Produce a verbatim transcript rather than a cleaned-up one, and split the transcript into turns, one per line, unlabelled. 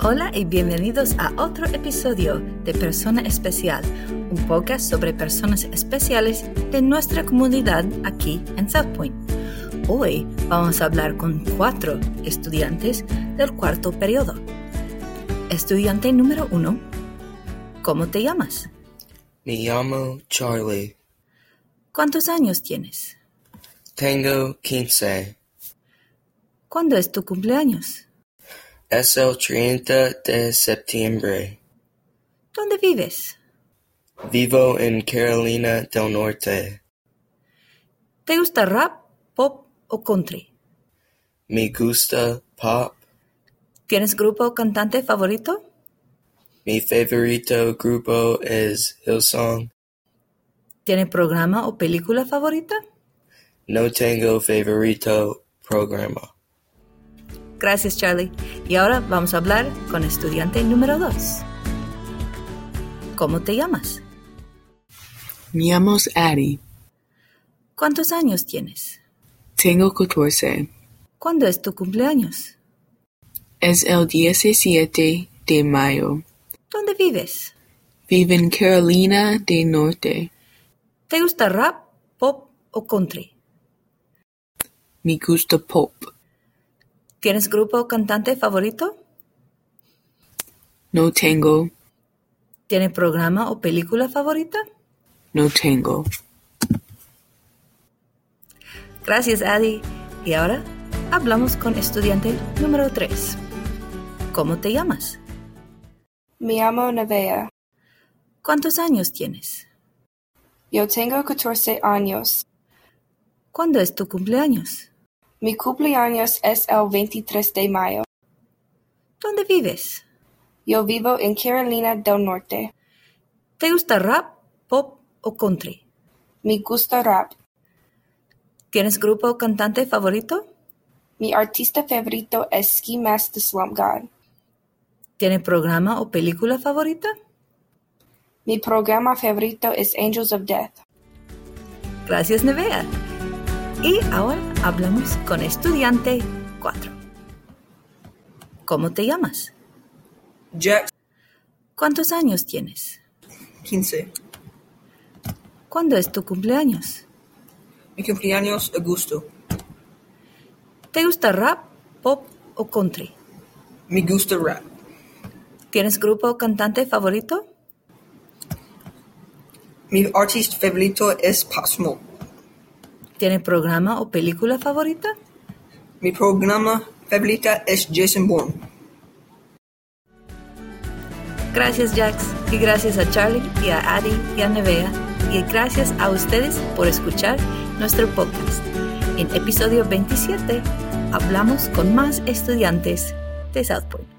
Hola y bienvenidos a otro episodio de Persona Especial, un podcast sobre personas especiales de nuestra comunidad aquí en South Point. Hoy vamos a hablar con cuatro estudiantes del cuarto periodo. Estudiante número uno, ¿cómo te llamas?
Me llamo Charlie.
¿Cuántos años tienes?
Tengo quince.
¿Cuándo es tu cumpleaños?
Es el treinta de septiembre.
¿Dónde vives?
Vivo en Carolina del Norte.
¿Te gusta rap, pop o country?
Me gusta pop.
¿Tienes grupo o cantante favorito?
Mi favorito grupo es Hillsong.
¿Tiene programa o película favorita?
No tengo favorito programa.
Gracias, Charlie. Y ahora vamos a hablar con estudiante número dos. ¿Cómo te llamas?
Me llamo Addie.
¿Cuántos años tienes?
Tengo catorce.
¿Cuándo es tu cumpleaños?
Es el diecisiete de mayo.
¿Dónde vives?
Vivo en Carolina del Norte.
¿Te gusta rap, pop o country?
Me gusta pop.
¿Tienes grupo o cantante favorito?
No tengo.
¿Tiene programa o película favorita?
No tengo.
Gracias, Addie. Y ahora hablamos con estudiante número tres. ¿Cómo te llamas?
Me llamo Nevaeh.
¿Cuántos años tienes?
Yo tengo catorce años.
¿Cuándo es tu cumpleaños?
Mi cumpleaños es el veintitrés de mayo.
¿Dónde vives?
Yo vivo en Carolina del Norte.
¿Te gusta rap, pop o country?
Me gusta rap.
¿Tienes grupo o cantante favorito?
Mi artista favorito es Ski Mask the Slump God.
¿Tiene programa o película favorita?
Mi programa favorito es Angels of Death.
Gracias, Nevaeh. Y ahora hablamos con estudiante cuatro. ¿Cómo te llamas?
Jack,
¿Cuántos años tienes?
quince.
¿Cuándo es tu cumpleaños?
Mi cumpleaños agosto.
¿Te gusta rap, pop o country?
Me gusta rap.
¿Tienes grupo o cantante favorito?
Mi artista favorito es Pop Smoke.
¿Tiene programa o película favorita?
Mi programa favorita es Jason Bourne.
Gracias, Jax, y gracias a Charlie y a Addie y a Nevaeh, y gracias a ustedes por escuchar nuestro podcast. En episodio veintisiete hablamos con más estudiantes de South Point.